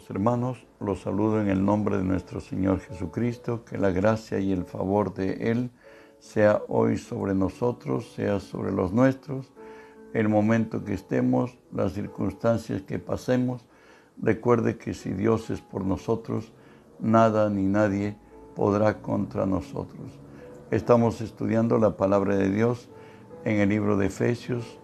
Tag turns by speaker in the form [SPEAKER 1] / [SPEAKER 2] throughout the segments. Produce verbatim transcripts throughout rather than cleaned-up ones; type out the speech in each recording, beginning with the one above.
[SPEAKER 1] amados hermanos, los saludo en el nombre de nuestro Señor Jesucristo, que la gracia y el favor de Él sea hoy sobre nosotros, sea sobre los nuestros, el momento que estemos, las circunstancias que pasemos. Recuerde que si Dios es por nosotros, nada ni nadie podrá contra nosotros. Estamos estudiando la palabra de Dios en el libro de Efesios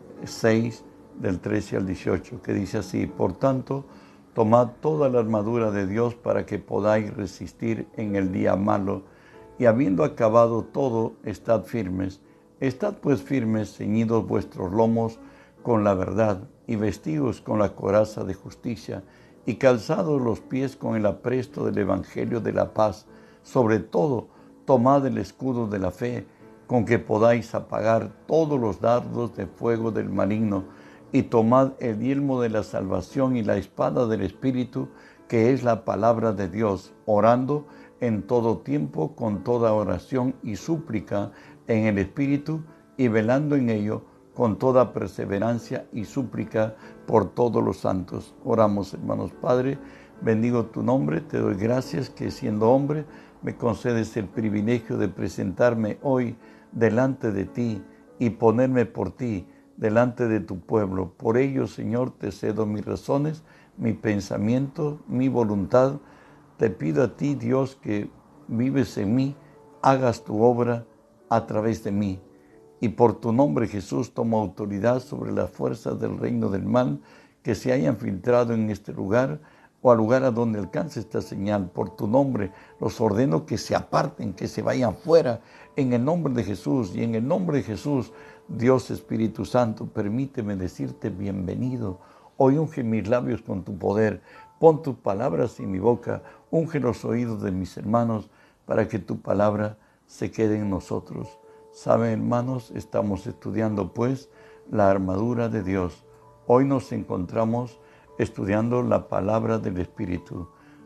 [SPEAKER 1] seis, del trece al dieciocho, que dice así: por tanto, tomad toda la armadura de Dios para que podáis resistir en el día malo, y habiendo acabado todo, estad firmes. Estad pues firmes, ceñidos vuestros lomos con la verdad, y vestidos con la coraza de justicia, y calzados los pies con el apresto del evangelio de la paz. Sobre todo, tomad el escudo de la fe, con que podáis apagar todos los dardos de fuego del maligno, y tomad el yelmo de la salvación y la espada del Espíritu, que es la palabra de Dios, orando en todo tiempo con toda oración y súplica en el Espíritu, y velando en ello con toda perseverancia y súplica por todos los santos. Oramos, hermanos. Padre, bendigo tu nombre, te doy gracias que siendo hombre me concedes el privilegio de presentarme hoy delante de ti y ponerme por ti delante de tu pueblo. Por ello, Señor, te cedo mis razones, mi pensamiento, mi voluntad. Te pido a ti, Dios, que vives en mí, hagas tu obra a través de mí. Y por tu nombre, Jesús, tomo autoridad sobre las fuerzas del reino del mal que se hayan filtrado en este lugar o al lugar a donde alcance esta señal. Por tu nombre los ordeno que se aparten, que se vayan fuera, en el nombre de Jesús. Y en el nombre de Jesús, Dios Espíritu Santo, permíteme decirte bienvenido. Hoy unge mis labios con tu poder, pon tus palabras en mi boca, unge los oídos de mis hermanos para que tu palabra se quede en nosotros. Saben, hermanos, estamos estudiando pues la armadura de Dios. Hoy nos encontramos estudiando la palabra del Espíritu.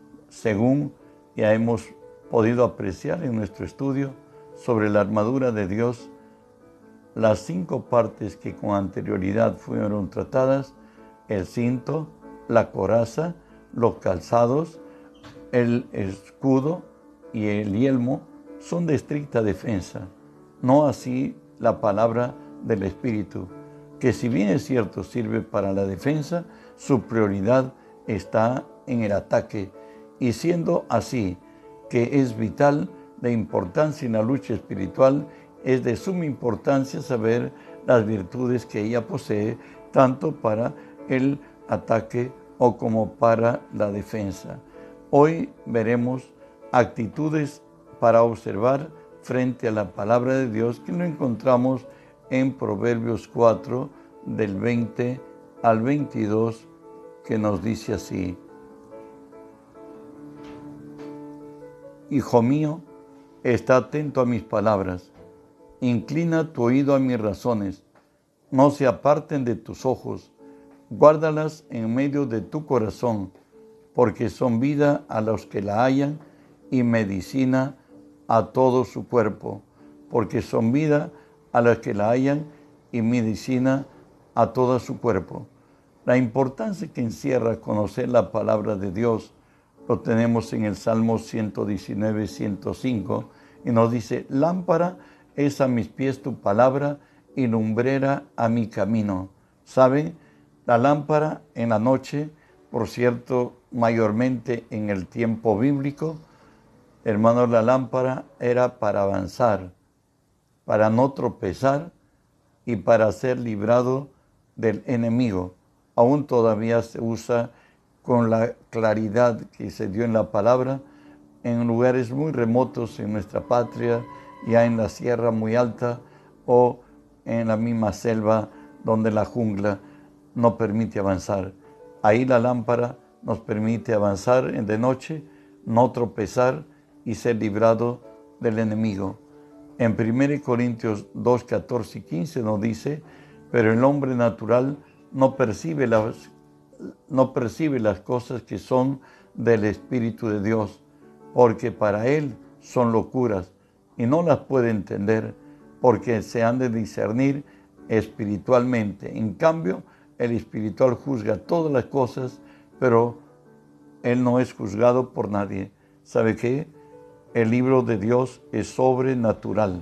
[SPEAKER 1] Según ya hemos podido apreciar en nuestro estudio sobre la armadura de Dios, las cinco partes que con anterioridad fueron tratadas: el cinto, la coraza, los calzados, el escudo y el yelmo, son de estricta defensa. No así la palabra del Espíritu, que si bien es cierto sirve para la defensa, su prioridad está en el ataque, y siendo así que es vital de importancia en la lucha espiritual, es de suma importancia saber las virtudes que ella posee, tanto para el ataque o como para la defensa. Hoy veremos actitudes para observar frente a la palabra de Dios, que lo encontramos en Proverbios cuatro, del veinte al veintidós, que nos dice así: Hijo mío, está atento a mis palabras, inclina tu oído a mis razones, no se aparten de tus ojos, guárdalas en medio de tu corazón, porque son vida a los que la hallan y medicina a todo su cuerpo, porque son vida a los que la hallan y medicina a todo su cuerpo. La importancia que encierra conocer la palabra de Dios lo tenemos en el Salmo ciento diecinueve, ciento cinco, y nos dice: lámpara es a mis pies tu palabra y lumbrera a mi camino. ¿Saben? La lámpara en la noche, por cierto, mayormente en el tiempo bíblico, hermanos, la lámpara era para avanzar, para no tropezar y para ser librado del enemigo. Aún todavía se usa con la claridad que se dio en la palabra en lugares muy remotos en nuestra patria, ya en la sierra muy alta o en la misma selva donde la jungla no permite avanzar. Ahí la lámpara nos permite avanzar en de noche, no tropezar y ser librado del enemigo. En primera Corintios dos, catorce y quince nos dice: pero el hombre natural no percibe las, no percibe las cosas que son del Espíritu de Dios, porque para él son locuras y no las puede entender, porque se han de discernir espiritualmente. En cambio, el espiritual juzga todas las cosas, pero Él no es juzgado por nadie. ¿Sabe qué? El libro de Dios es sobrenatural.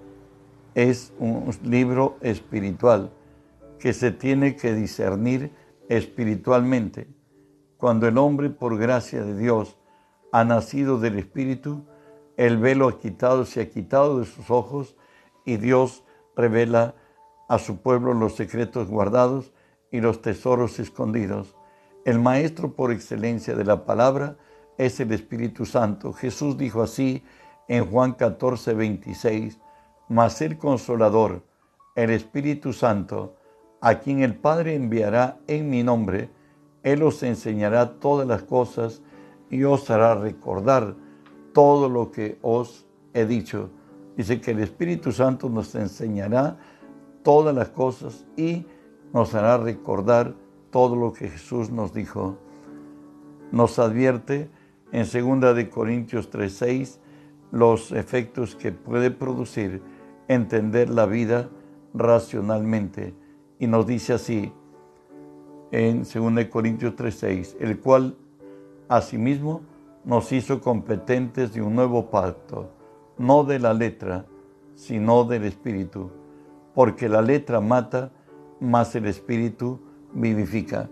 [SPEAKER 1] Es un libro espiritual que se tiene que discernir espiritualmente. Cuando el hombre, por gracia de Dios, ha nacido del Espíritu, el velo ha quitado, se ha quitado de sus ojos y Dios revela a su pueblo los secretos guardados y los tesoros escondidos. El maestro por excelencia de la palabra es el Espíritu Santo. Jesús dijo así en Juan catorce, veintiséis, mas el Consolador, el Espíritu Santo, a quien el Padre enviará en mi nombre, Él os enseñará todas las cosas y os hará recordar todo lo que os he dicho. Dice que el Espíritu Santo nos enseñará todas las cosas y nos hará recordar todo lo que Jesús nos dijo. Nos advierte en segunda de Corintios tres, seis los efectos que puede producir entender la vida racionalmente. Y nos dice así en segunda de Corintios tres, seis, el cual asimismo nos hizo competentes de un nuevo pacto, no de la letra, sino del Espíritu, porque la letra mata, mas el Espíritu vivifica.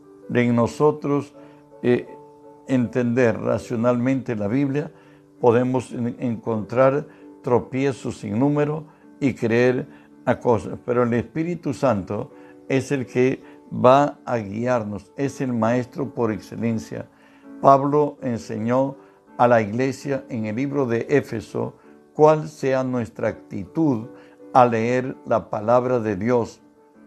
[SPEAKER 1] En nosotros eh, entender racionalmente la Biblia, podemos en, encontrar tropiezos sin número y creer a cosas, pero el Espíritu Santo es el que va a guiarnos, es el maestro por excelencia. Pablo enseñó a la iglesia en el libro de Éfeso cuál sea nuestra actitud al leer la palabra de Dios.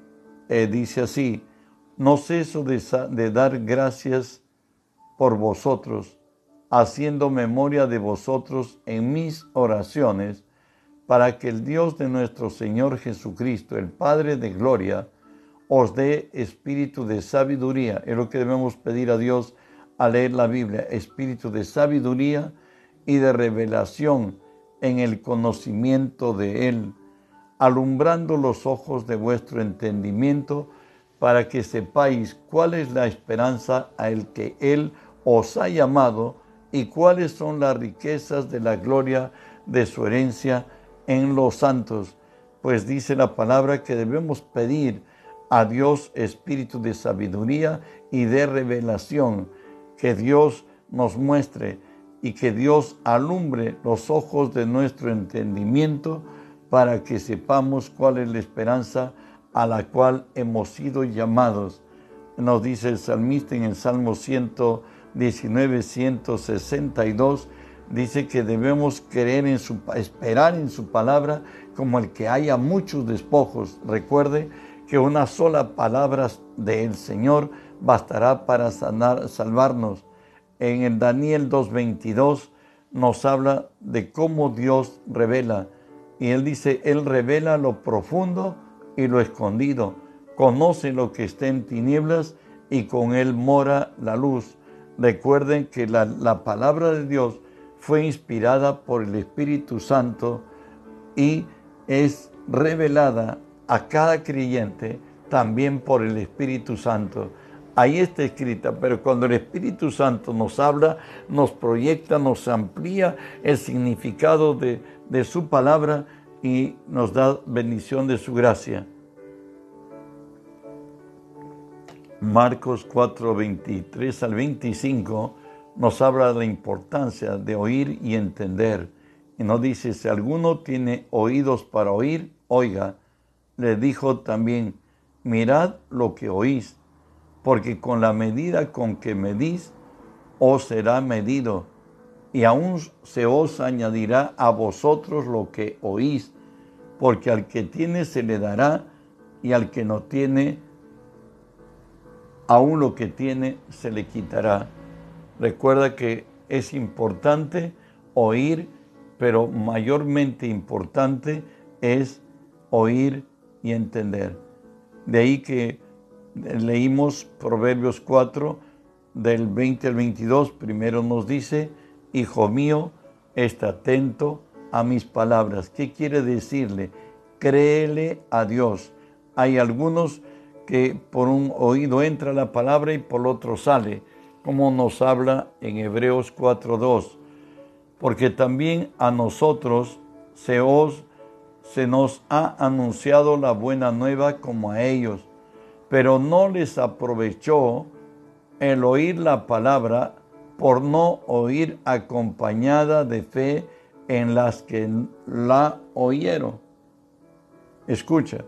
[SPEAKER 1] Eh, dice así, no ceso de, de dar gracias por vosotros, haciendo memoria de vosotros en mis oraciones, para que el Dios de nuestro Señor Jesucristo, el Padre de gloria, os dé espíritu de sabiduría. Es lo que debemos pedir a Dios al leer la Biblia, espíritu de sabiduría y de revelación en el conocimiento de Él, alumbrando los ojos de vuestro entendimiento, para que sepáis cuál es la esperanza a el que Él os ha llamado y cuáles son las riquezas de la gloria de su herencia en los santos. Pues dice la palabra que debemos pedir a Dios espíritu de sabiduría y de revelación, que Dios nos muestre y que Dios alumbre los ojos de nuestro entendimiento para que sepamos cuál es la esperanza a la cual hemos sido llamados. Nos dice el salmista en el Salmo ciento diecinueve, ciento sesenta y dos, dice que debemos creer en su, esperar en su palabra como el que haya muchos despojos. Recuerde que una sola palabra del Señor bastará para sanar, salvarnos. En el Daniel dos veintidós nos habla de cómo Dios revela. Y Él dice, Él revela lo profundo y lo escondido. Conoce lo que está en tinieblas y con Él mora la luz. Recuerden que la, la palabra de Dios fue inspirada por el Espíritu Santo y es revelada a cada creyente también por el Espíritu Santo. Ahí está escrita, pero cuando el Espíritu Santo nos habla, nos proyecta, nos amplía el significado de, de su palabra y nos da bendición de su gracia. Marcos cuatro, veintitrés al veinticinco nos habla de la importancia de oír y entender. Y nos dice, si alguno tiene oídos para oír, oiga. Le dijo también, mirad lo que oís, porque con la medida con que medís, os será medido, y aún se os añadirá a vosotros lo que oís, porque al que tiene se le dará, y al que no tiene, aún lo que tiene se le quitará. Recuerda que es importante oír, pero mayormente importante es oír y entender. De ahí que leímos Proverbios cuatro, del veinte al veintidós, primero nos dice, hijo mío, está atento a mis palabras. ¿Qué quiere decirle? Créele a Dios. Hay algunos que por un oído entra la palabra y por otro sale. como nos habla en Hebreos cuatro dos, porque también a nosotros se, os, se nos ha anunciado la buena nueva como a ellos, pero no les aprovechó el oír la palabra por no oír acompañada de fe en las que la oyeron. Escucha,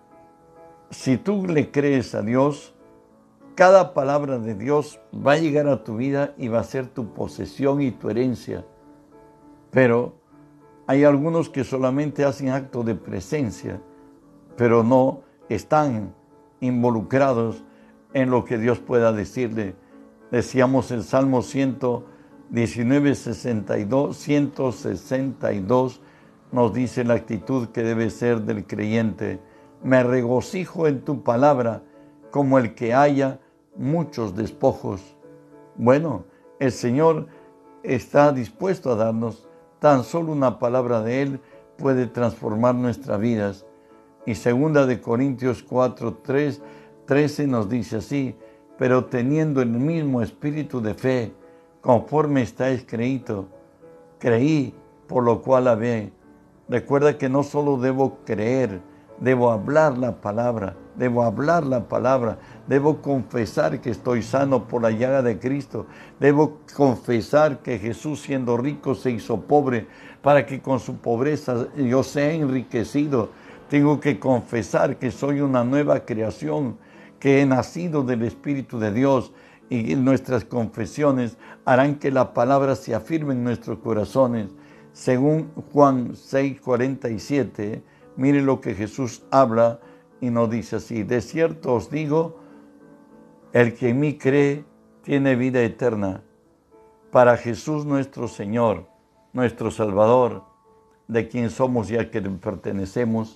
[SPEAKER 1] si tú le crees a Dios, cada palabra de Dios va a llegar a tu vida y va a ser tu posesión y tu herencia. Pero hay algunos que solamente hacen acto de presencia, pero no están involucrados en lo que Dios pueda decirle. Decíamos el Salmo ciento diecinueve, sesenta y dos, ciento sesenta y dos nos dice la actitud que debe ser del creyente. Me regocijo en tu palabra como el que haya muchos despojos. Bueno, el Señor está dispuesto a darnos. Tan solo una palabra de Él puede transformar nuestras vidas. Y segunda de Corintios cuatro, tres, trece nos dice así, pero teniendo el mismo espíritu de fe, conforme está escrito, creí, por lo cual hablé. Recuerda que no solo debo creer, debo hablar la palabra, debo hablar la palabra, debo confesar que estoy sano por la llaga de Cristo, debo confesar que Jesús siendo rico se hizo pobre para que con su pobreza yo sea enriquecido. Tengo que confesar que soy una nueva creación, que he nacido del Espíritu de Dios, y nuestras confesiones harán que la palabra se afirme en nuestros corazones. Según Juan seis, cuarenta y siete, mire lo que Jesús habla y nos dice así, de cierto os digo, el que en mí cree tiene vida eterna. Para Jesús nuestro Señor, nuestro Salvador, de quien somos y a quien pertenecemos,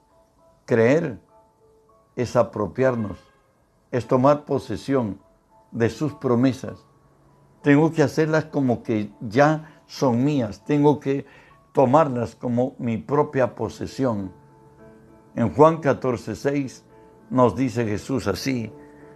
[SPEAKER 1] creer es apropiarnos, es tomar posesión de sus promesas. Tengo que hacerlas como que ya son mías, tengo que tomarlas como mi propia posesión. En Juan catorce, seis nos dice Jesús así,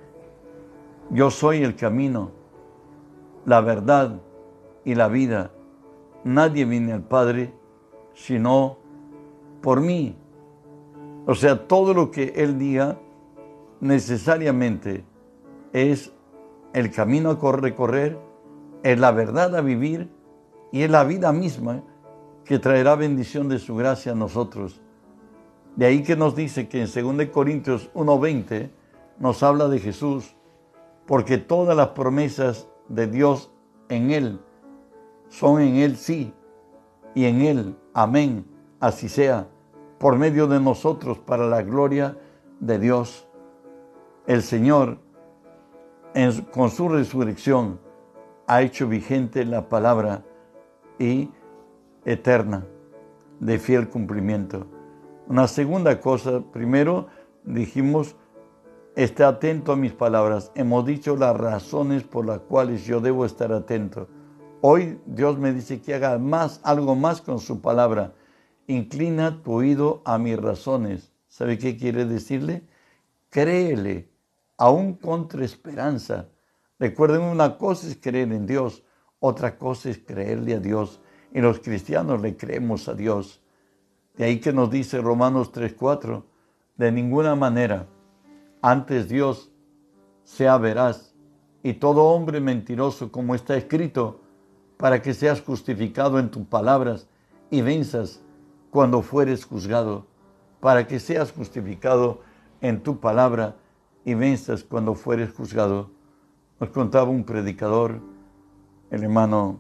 [SPEAKER 1] yo soy el camino, la verdad y la vida. Nadie viene al Padre sino por mí. O sea, todo lo que Él diga necesariamente es el camino a recorrer, es la verdad a vivir y es la vida misma que traerá bendición de su gracia a nosotros. De ahí que nos dice que en segunda de Corintios uno veinte nos habla de Jesús, porque todas las promesas de Dios en Él son en Él sí y en Él amén, así sea, por medio de nosotros para la gloria de Dios. El Señor, en, con su resurrección, ha hecho vigente la palabra y eterna, de fiel cumplimiento. Una segunda cosa, primero dijimos, esté atento a mis palabras. Hemos dicho las razones por las cuales yo debo estar atento. Hoy Dios me dice que haga más, algo más con su palabra. Inclina tu oído a mis razones. ¿Sabe qué quiere decirle? Créele, aún contra esperanza. Recuerden, una cosa es creer en Dios, otra cosa es creerle a Dios. Y los cristianos le creemos a Dios. De ahí que nos dice Romanos tres, cuatro, de ninguna manera, antes Dios sea veraz y todo hombre mentiroso, como está escrito, para que seas justificado en tus palabras y venzas cuando fueres juzgado, para que seas justificado en tu palabra y venzas cuando fueres juzgado. Nos contaba un predicador, el hermano,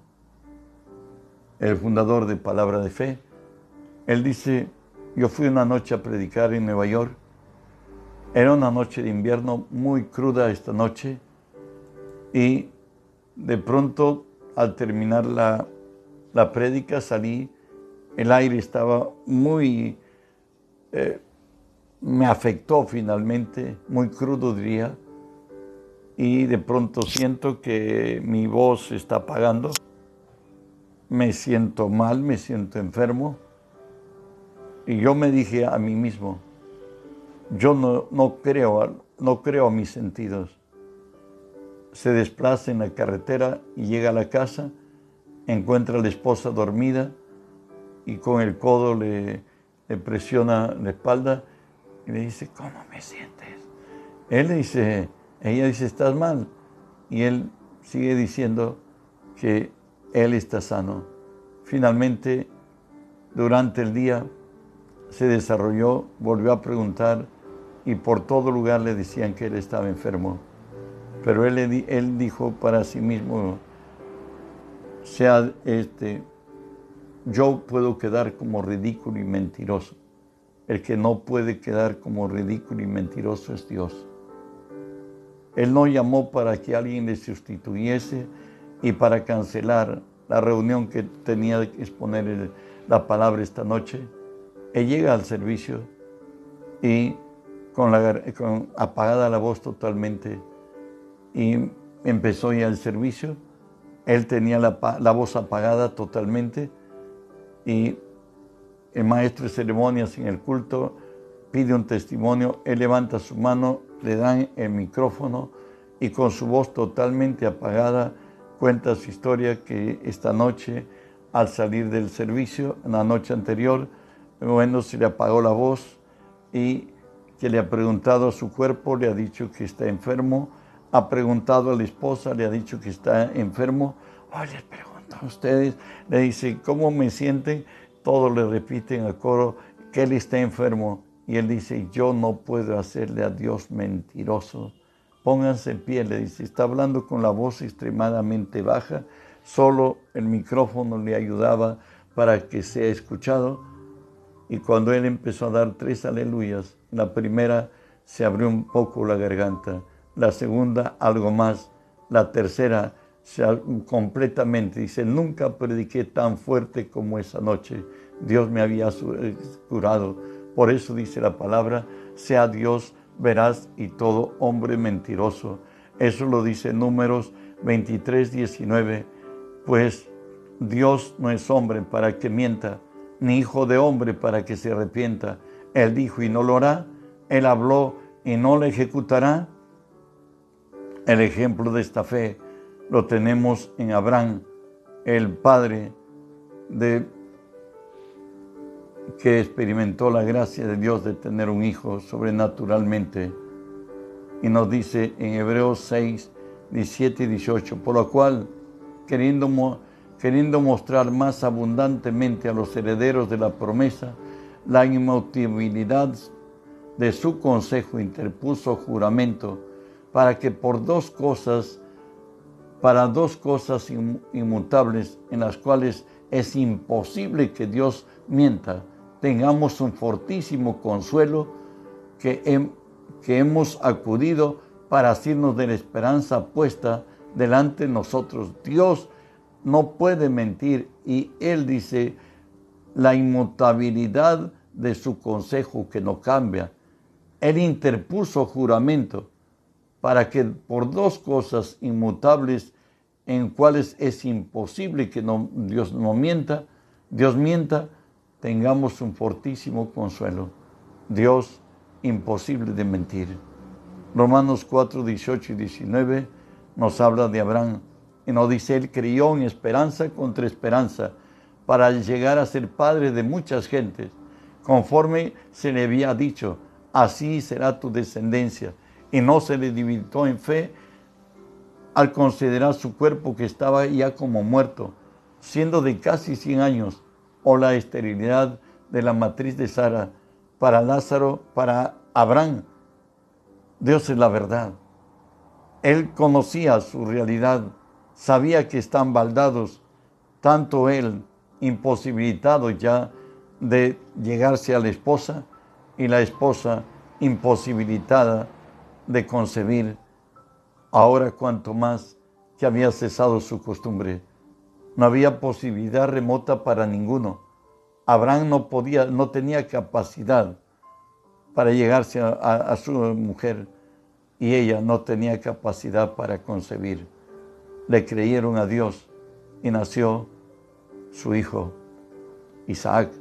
[SPEAKER 1] el fundador de Palabra de Fe. Él dice, yo fui una noche a predicar en Nueva York. Era una noche de invierno muy cruda esta noche y de pronto al terminar la, la prédica salí, el aire estaba muy, eh, me afectó finalmente, muy crudo diría, y de pronto siento que mi voz se está apagando, me siento mal, me siento enfermo, y yo me dije a mí mismo, yo no, no, creo, no creo a mis sentidos. se desplaza en la carretera y llega a la casa, encuentra a la esposa dormida y con el codo le, le presiona la espalda y le dice, ¿cómo me sientes? Él le dice, ella dice, ¿estás mal? Y él sigue diciendo que él está sano. Finalmente, durante el día se desarrolló, volvió a preguntar y por todo lugar le decían que él estaba enfermo. Pero él, él dijo para sí mismo, sea este, yo puedo quedar como ridículo y mentiroso. El que no puede quedar como ridículo y mentiroso es Dios. Él no llamó para que alguien le sustituyese y para cancelar la reunión que tenía que exponer el, la palabra esta noche. Él llega al servicio y con, la, con apagada la voz totalmente y empezó ya el servicio. Él tenía la, la voz apagada totalmente y el maestro de ceremonias en el culto pide un testimonio. Él levanta su mano, le dan el micrófono y con su voz totalmente apagada cuenta su historia, que esta noche al salir del servicio, en la noche anterior, bueno, se le apagó la voz y que le ha preguntado a su cuerpo, le ha dicho que está enfermo, ha preguntado a la esposa, le ha dicho que está enfermo. Oh, les pregunto a ustedes, le dice, ¿cómo me sienten? Todos le repiten a coro que él está enfermo. Y él dice, yo no puedo hacerle a Dios mentiroso. Pónganse en pie, le dice, está hablando con la voz extremadamente baja, solo el micrófono le ayudaba para que sea escuchado. Y cuando él empezó a dar tres aleluyas, la primera se abrió un poco la garganta, la segunda algo más, la tercera se, completamente. Dice, nunca prediqué tan fuerte como esa noche. Dios me había curado. Por eso dice la palabra, sea Dios veraz y todo hombre mentiroso. Eso lo dice Números veintitrés, diecinueve. Pues Dios no es hombre para que mienta, ni hijo de hombre para que se arrepienta. Él dijo y no lo hará. Él habló y no lo ejecutará. El ejemplo de esta fe lo tenemos en Abraham, el padre de que experimentó la gracia de Dios de tener un hijo sobrenaturalmente. Y nos dice en Hebreos seis, diecisiete y dieciocho, por lo cual, queriendo, queriendo mostrar más abundantemente a los herederos de la promesa la inmutabilidad de su consejo, interpuso juramento para que por dos cosas, para dos cosas inmutables en las cuales es imposible que Dios mienta, tengamos un fortísimo consuelo que, he, que hemos acudido para asirnos de la esperanza puesta delante de nosotros. Dios no puede mentir y Él dice la inmutabilidad de su consejo que no cambia. Él interpuso juramento para que por dos cosas inmutables en cuales es imposible que no, Dios no mienta, Dios mienta, tengamos un fortísimo consuelo. Dios imposible de mentir. Romanos cuatro, dieciocho y diecinueve nos habla de Abraham y nos dice, él creyó en esperanza contra esperanza para llegar a ser padre de muchas gentes, conforme se le había dicho, así será tu descendencia. Y no se le debilitó en fe al considerar su cuerpo que estaba ya como muerto, siendo de casi cien años, o la esterilidad de la matriz de Sara. Para Lázaro, para Abraham, Dios es la verdad. Él conocía su realidad, sabía que están baldados, tanto él imposibilitado ya de llegarse a la esposa y la esposa imposibilitada de concebir. Ahora cuanto más que había cesado su costumbre. No había posibilidad remota para ninguno. Abraham no podía, no tenía capacidad para llegarse a, a, a su mujer y ella no tenía capacidad para concebir. Le creyeron a Dios y nació su hijo Isaac.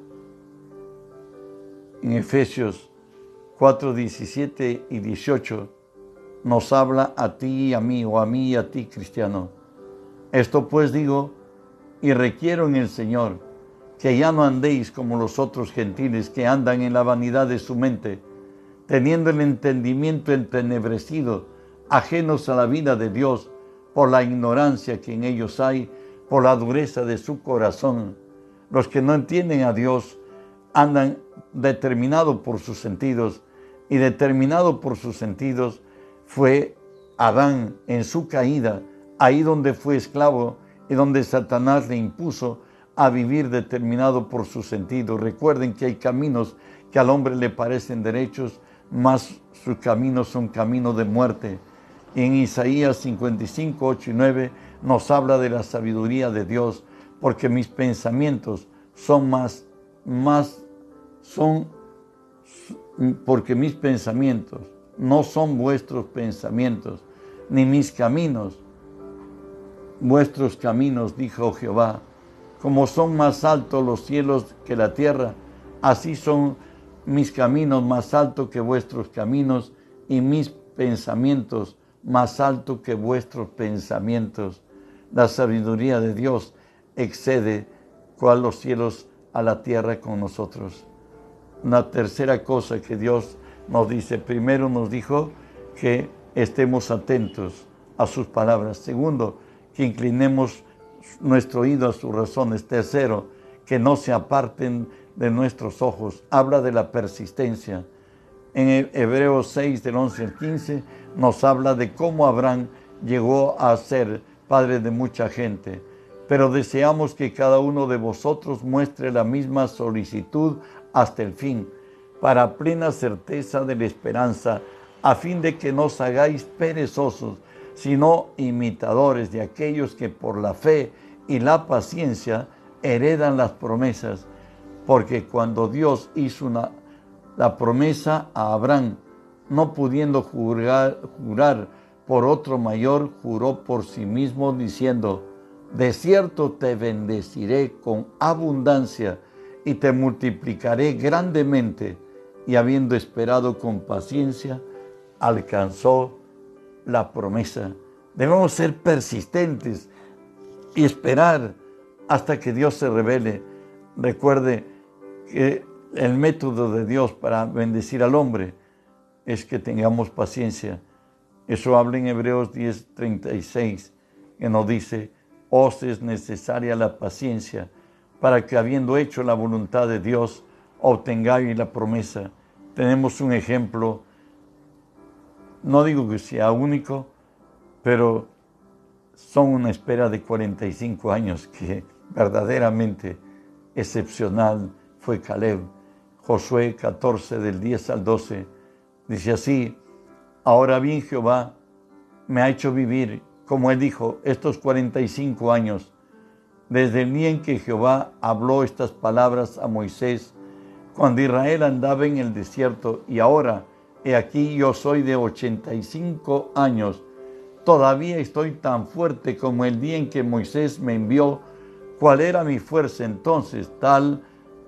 [SPEAKER 1] En Efesios cuatro, diecisiete y dieciocho nos habla a ti y a mí, o a mí y a ti, cristiano. Esto pues digo y requiero en el Señor, que ya no andéis como los otros gentiles que andan en la vanidad de su mente, teniendo el entendimiento entenebrecido, ajenos a la vida de Dios, por la ignorancia que en ellos hay, por la dureza de su corazón. Los que no entienden a Dios andan determinados por sus sentidos, y determinado por sus sentidos fue Adán en su caída, ahí donde fue esclavo y donde Satanás le impuso a vivir determinado por sus sentidos. Recuerden que hay caminos que al hombre le parecen derechos, mas sus caminos son caminos de muerte. Y en Isaías cincuenta y cinco, ocho y nueve nos habla de la sabiduría de Dios, porque mis pensamientos son más, más, son, porque mis pensamientos no son vuestros pensamientos, ni mis caminos, vuestros caminos, dijo Jehová. Como son más altos los cielos que la tierra, así son mis caminos más altos que vuestros caminos, y mis pensamientos más altos que vuestros pensamientos. La sabiduría de Dios excede cual los cielos a la tierra con nosotros. Una tercera cosa que Dios nos dice: primero nos dijo que estemos atentos a sus palabras. Segundo, que inclinemos nuestro oído a sus razones. Tercero, que no se aparten de nuestros ojos. Habla de la persistencia. En Hebreos seis, del once al quince, nos habla de cómo Abraham llegó a ser padre de mucha gente. Pero deseamos que cada uno de vosotros muestre la misma solicitud hasta el fin, para plena certeza de la esperanza, a fin de que no os hagáis perezosos, sino imitadores de aquellos que por la fe y la paciencia heredan las promesas. Porque cuando Dios hizo una, la promesa a Abraham, no pudiendo jurar, jurar por otro mayor, juró por sí mismo, diciendo: de cierto te bendeciré con abundancia y te multiplicaré grandemente. Y habiendo esperado con paciencia, alcanzó la promesa. Debemos ser persistentes y esperar hasta que Dios se revele. Recuerde que el método de Dios para bendecir al hombre es que tengamos paciencia. Eso habla en Hebreos diez, treinta y seis, que nos dice: os es necesaria la paciencia, para que habiendo hecho la voluntad de Dios, obtengáis la promesa. Tenemos un ejemplo, no digo que sea único, pero son una espera de cuarenta y cinco años, que verdaderamente excepcional fue Caleb. Josué catorce, del diez al doce, dice así: ahora bien, Jehová me ha hecho vivir, como él dijo, estos cuarenta y cinco años, desde el día en que Jehová habló estas palabras a Moisés, cuando Israel andaba en el desierto, y ahora, he aquí, yo soy de ochenta y cinco años, todavía estoy tan fuerte como el día en que Moisés me envió. ¿Cuál era mi fuerza entonces? Tal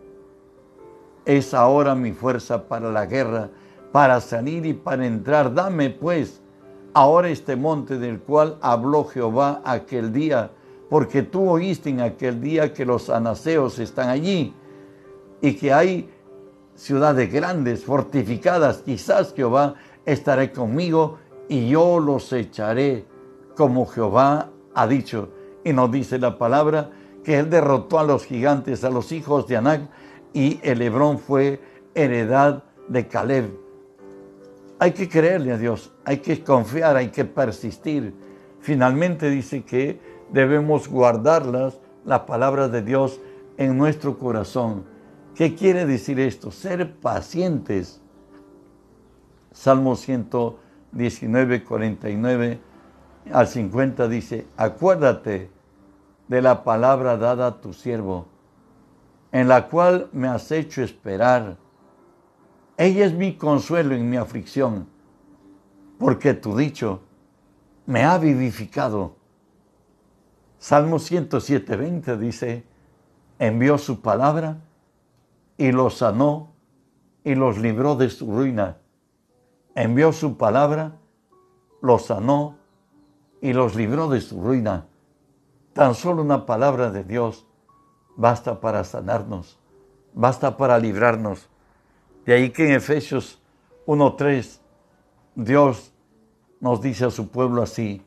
[SPEAKER 1] es ahora mi fuerza para la guerra, para salir y para entrar. Dame pues ahora este monte del cual habló Jehová aquel día, porque tú oíste en aquel día que los anaseos están allí y que hay ciudades grandes, fortificadas. Quizás Jehová estará conmigo y yo los echaré, como Jehová ha dicho. Y nos dice la palabra que él derrotó a los gigantes, a los hijos de Anac, y el Hebrón fue heredad de Caleb. Hay que creerle a Dios, hay que confiar, hay que persistir. Finalmente dice que debemos guardarlas, las palabras de Dios, en nuestro corazón. ¿Qué quiere decir esto? Ser pacientes. Salmo ciento diecinueve, cuarenta y nueve al cincuenta dice: acuérdate de la palabra dada a tu siervo, en la cual me has hecho esperar. Ella es mi consuelo en mi aflicción, porque tu dicho me ha vivificado. Salmo ciento siete, veinte dice: envió su palabra y los sanó y los libró de su ruina. Envió su palabra los sanó y los libró de su ruina. Tan solo una palabra de Dios basta para sanarnos, basta para librarnos. De ahí que en Efesios uno tres, Dios nos dice a su pueblo así: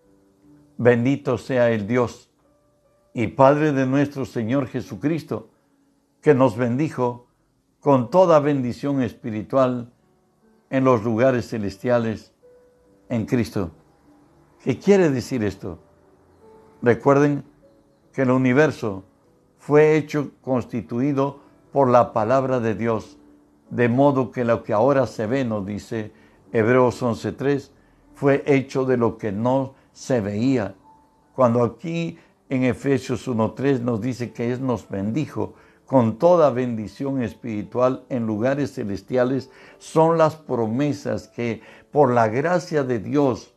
[SPEAKER 1] bendito sea el Dios y Padre de nuestro Señor Jesucristo, que nos bendijo con toda bendición espiritual en los lugares celestiales en Cristo. ¿Qué quiere decir esto? Recuerden que el universo fue hecho, constituido por la palabra de Dios, de modo que lo que ahora se ve, nos dice Hebreos once tres, fue hecho de lo que no se veía. Cuando aquí en Efesios uno tres nos dice que Él nos bendijo con toda bendición espiritual en lugares celestiales, son las promesas que por la gracia de Dios,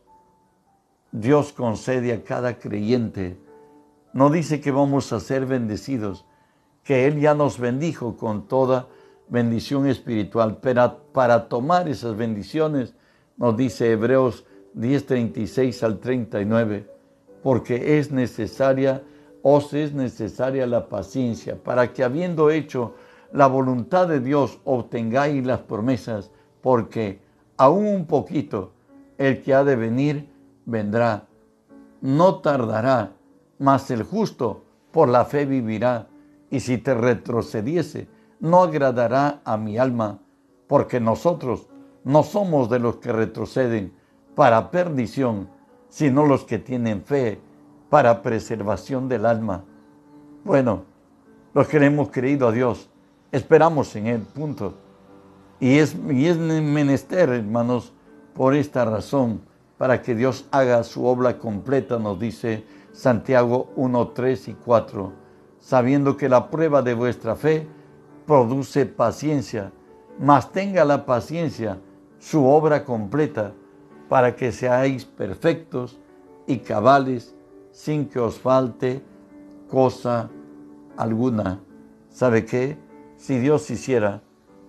[SPEAKER 1] Dios concede a cada creyente. No dice que vamos a ser bendecidos, que Él ya nos bendijo con toda bendición espiritual, pero para tomar esas bendiciones, nos dice Hebreos diez, treinta y seis al treinta y nueve, porque es necesaria, os es necesaria la paciencia, para que habiendo hecho la voluntad de Dios, obtengáis las promesas, porque aún un poquito, el que ha de venir, vendrá. No tardará, mas el justo por la fe vivirá. Y si te retrocediese, no agradará a mi alma, porque nosotros no somos de los que retroceden para perdición, sino los que tienen fe para preservación del alma. Bueno, los que le hemos creído a Dios, esperamos en Él, punto. Y es, y es menester, hermanos, por esta razón, para que Dios haga su obra completa, nos dice Santiago uno, tres y cuatro, sabiendo que la prueba de vuestra fe produce paciencia, mas tenga la paciencia su obra completa, para que seáis perfectos y cabales, sin que os falte cosa alguna. ¿Sabe qué? Si Dios hiciera,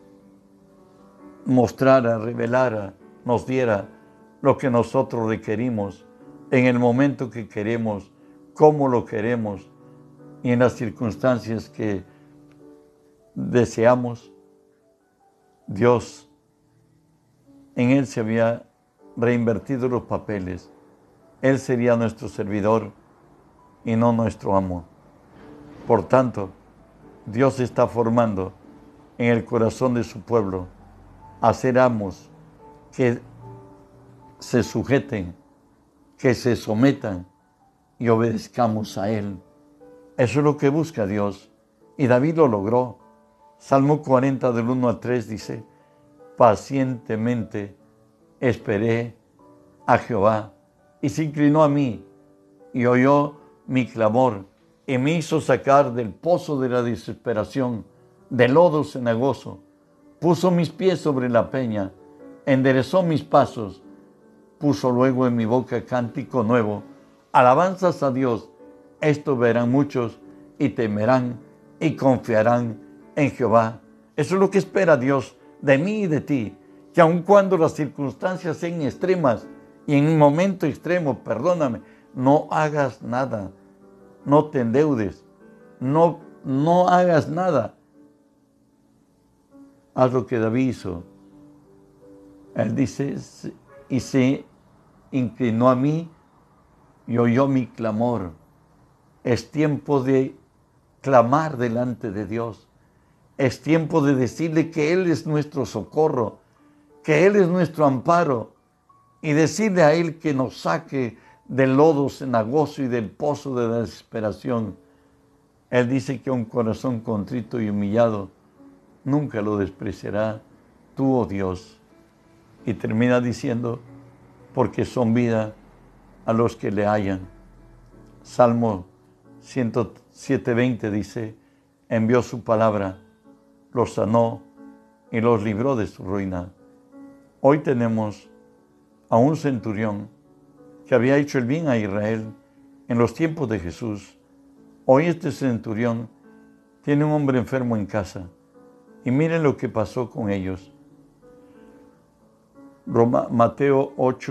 [SPEAKER 1] mostrara, revelara, nos diera lo que nosotros requerimos, en el momento que queremos, cómo lo queremos y en las circunstancias que deseamos, Dios, en Él se había reinvertido los papeles. Él sería nuestro servidor y no nuestro amo. Por tanto, Dios está formando en el corazón de su pueblo a ser amos que se sujeten, que se sometan y obedezcamos a Él. Eso es lo que busca Dios. Y David lo logró. Salmo cuarenta del uno al tres dice: pacientemente esperé a Jehová, y se inclinó a mí, y oyó mi clamor, y me hizo sacar del pozo de la desesperación, del lodo cenagoso. Puso mis pies sobre la peña, enderezó mis pasos, puso luego en mi boca cántico nuevo, alabanzas a Dios. Esto verán muchos, y temerán, y confiarán en Jehová. Eso es lo que espera Dios de mí y de ti, que aun cuando las circunstancias sean extremas, y en un momento extremo, perdóname, no hagas nada, no te endeudes, no, no hagas nada. Haz lo que David hizo. Él dice, y se inclinó a mí y oyó mi clamor. Es tiempo de clamar delante de Dios. Es tiempo de decirle que Él es nuestro socorro, que Él es nuestro amparo, y decirle a Él que nos saque del lodo cenagoso y del pozo de la desesperación. Él dice que un corazón contrito y humillado nunca lo despreciará tú, oh Dios. Y termina diciendo, porque son vida a los que le hallan. Salmo ciento siete, veinte dice, envió su palabra, los sanó y los libró de su ruina. Hoy tenemos a un centurión que había hecho el bien a Israel en los tiempos de Jesús. Hoy este centurión tiene un hombre enfermo en casa. Y miren lo que pasó con ellos. Roma, Mateo ocho,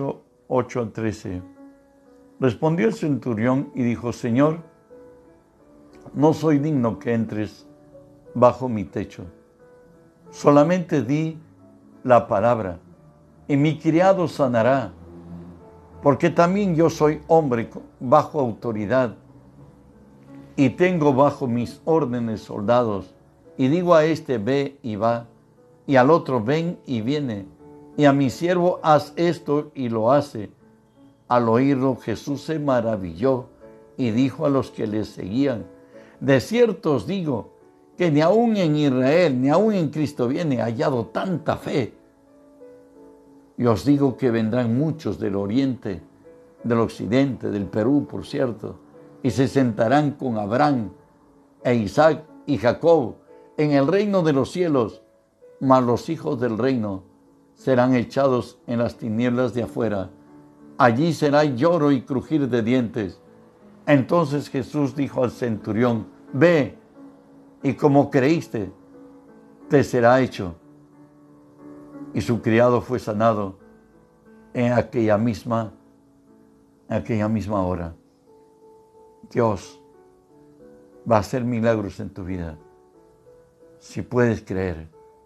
[SPEAKER 1] ocho al trece. Respondió el centurión y dijo: Señor, no soy digno que entres bajo mi techo. Solamente di la palabra, y mi criado sanará, porque también yo soy hombre bajo autoridad, y tengo bajo mis órdenes soldados, y digo a este: ve y va, y al otro: ven y viene, y a mi siervo: haz esto, y lo hace. Al oírlo, Jesús se maravilló y dijo a los que le seguían: de cierto os digo que ni aun en Israel, ni aun en Cristo viene hallado tanta fe. Y os digo que vendrán muchos del oriente, del occidente, del Perú, por cierto, y se sentarán con Abraham e Isaac y Jacob en el reino de los cielos, mas los hijos del reino serán echados en las tinieblas de afuera. Allí será lloro y crujir de dientes. Entonces Jesús dijo al centurión: ve, y como creíste, te será hecho. Y su criado fue sanado en aquella misma, en aquella misma hora. Dios va a hacer milagros en tu vida, si puedes creer.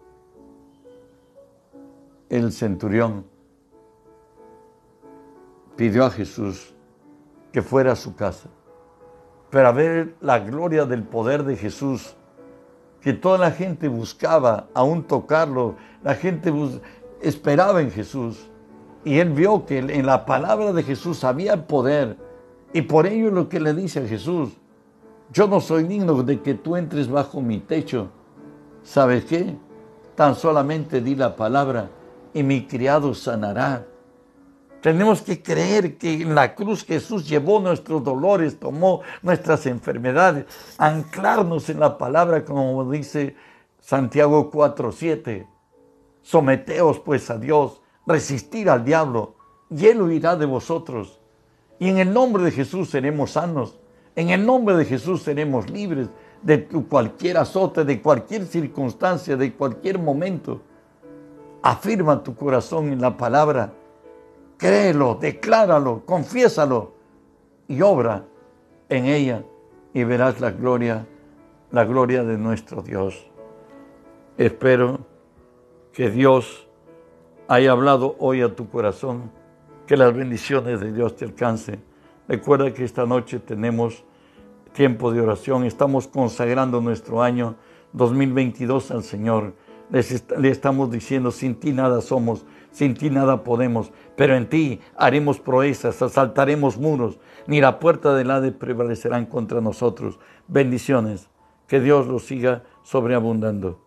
[SPEAKER 1] El centurión pidió a Jesús que fuera a su casa para ver la gloria del poder de Jesús, que toda la gente buscaba aún tocarlo, la gente esperaba en Jesús, y él vio que en la palabra de Jesús había poder, y por ello es lo que le dice a Jesús: yo no soy digno de que tú entres bajo mi techo. ¿Sabes qué? Tan solamente di la palabra y mi criado sanará. Tenemos que creer que en la cruz Jesús llevó nuestros dolores, tomó nuestras enfermedades, anclarnos en la palabra, como dice Santiago cuatro siete. Someteos pues a Dios, resistir al diablo, y él huirá de vosotros. Y en el nombre de Jesús seremos sanos, en el nombre de Jesús seremos libres de cualquier azote, de cualquier circunstancia, de cualquier momento. Afirma tu corazón en la palabra. Créelo, decláralo, confiésalo y obra en ella, y verás la gloria, la gloria de nuestro Dios. Espero que Dios haya hablado hoy a tu corazón, que las bendiciones de Dios te alcancen. Recuerda que esta noche tenemos tiempo de oración, estamos consagrando nuestro año dos mil veintidós al Señor. Les est- le estamos diciendo: sin ti nada somos, sin ti nada podemos, pero en ti haremos proezas, asaltaremos muros, ni la puerta del Hades prevalecerán contra nosotros. Bendiciones, que Dios los siga sobreabundando.